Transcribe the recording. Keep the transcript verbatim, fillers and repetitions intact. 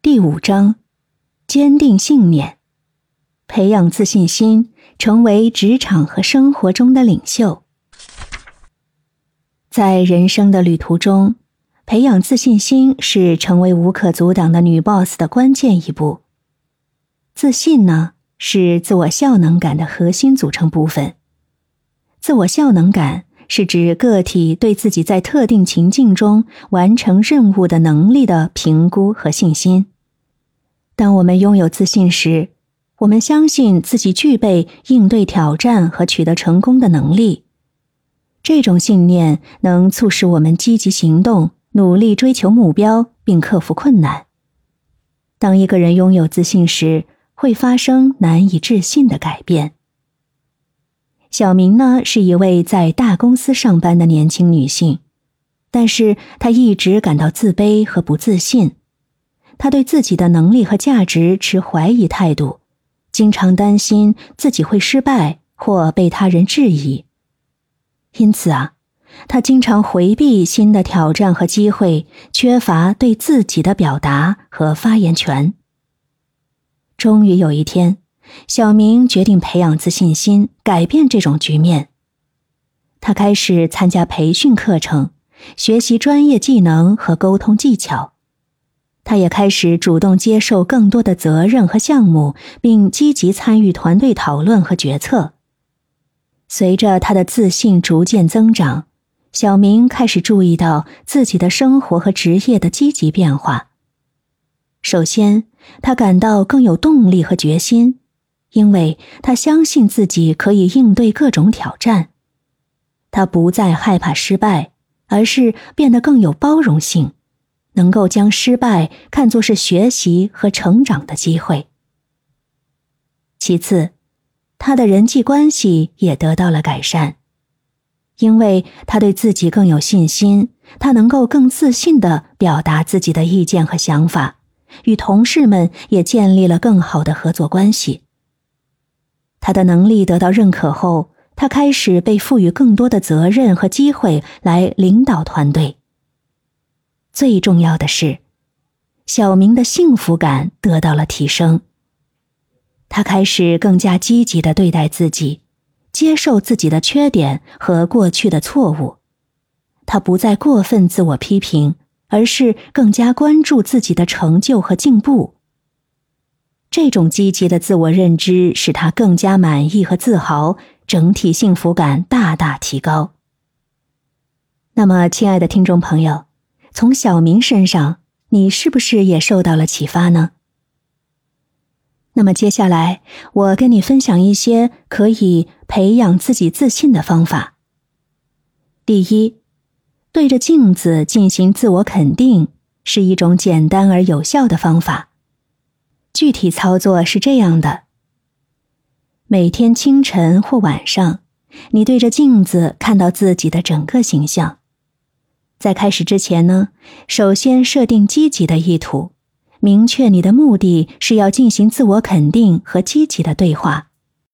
第五章，坚定信念，培养自信心，成为职场和生活中的领袖。在人生的旅途中，培养自信心是成为无可阻挡的女 boss 的关键一步。自信呢，是自我效能感的核心组成部分。自我效能感是指个体对自己在特定情境中完成任务的能力的评估和信心。当我们拥有自信时，我们相信自己具备应对挑战和取得成功的能力。这种信念能促使我们积极行动，努力追求目标，并克服困难。当一个人拥有自信时，会发生难以置信的改变。小明呢，是一位在大公司上班的年轻女性，但是她一直感到自卑和不自信。她对自己的能力和价值持怀疑态度，经常担心自己会失败或被他人质疑。因此啊，她经常回避新的挑战和机会，缺乏对自己的表达和发言权。终于有一天，小明决定培养自信心，改变这种局面。他开始参加培训课程，学习专业技能和沟通技巧。他也开始主动接受更多的责任和项目，并积极参与团队讨论和决策。随着他的自信逐渐增长，小明开始注意到自己的生活和职业的积极变化。首先，他感到更有动力和决心，因为他相信自己可以应对各种挑战。他不再害怕失败，而是变得更有包容性，能够将失败看作是学习和成长的机会。其次，他的人际关系也得到了改善。因为他对自己更有信心，他能够更自信地表达自己的意见和想法，与同事们也建立了更好的合作关系。他的能力得到认可后，他开始被赋予更多的责任和机会来领导团队。最重要的是，小明的幸福感得到了提升。他开始更加积极地对待自己，接受自己的缺点和过去的错误。他不再过分自我批评，而是更加关注自己的成就和进步。这种积极的自我认知使他更加满意和自豪，整体幸福感大大提高。那么，亲爱的听众朋友，从小明身上，你是不是也受到了启发呢？那么接下来，我跟你分享一些可以培养自己自信的方法。第一，对着镜子进行自我肯定，是一种简单而有效的方法。具体操作是这样的：每天清晨或晚上，你对着镜子看到自己的整个形象。在开始之前呢，首先设定积极的意图，明确你的目的是要进行自我肯定和积极的对话。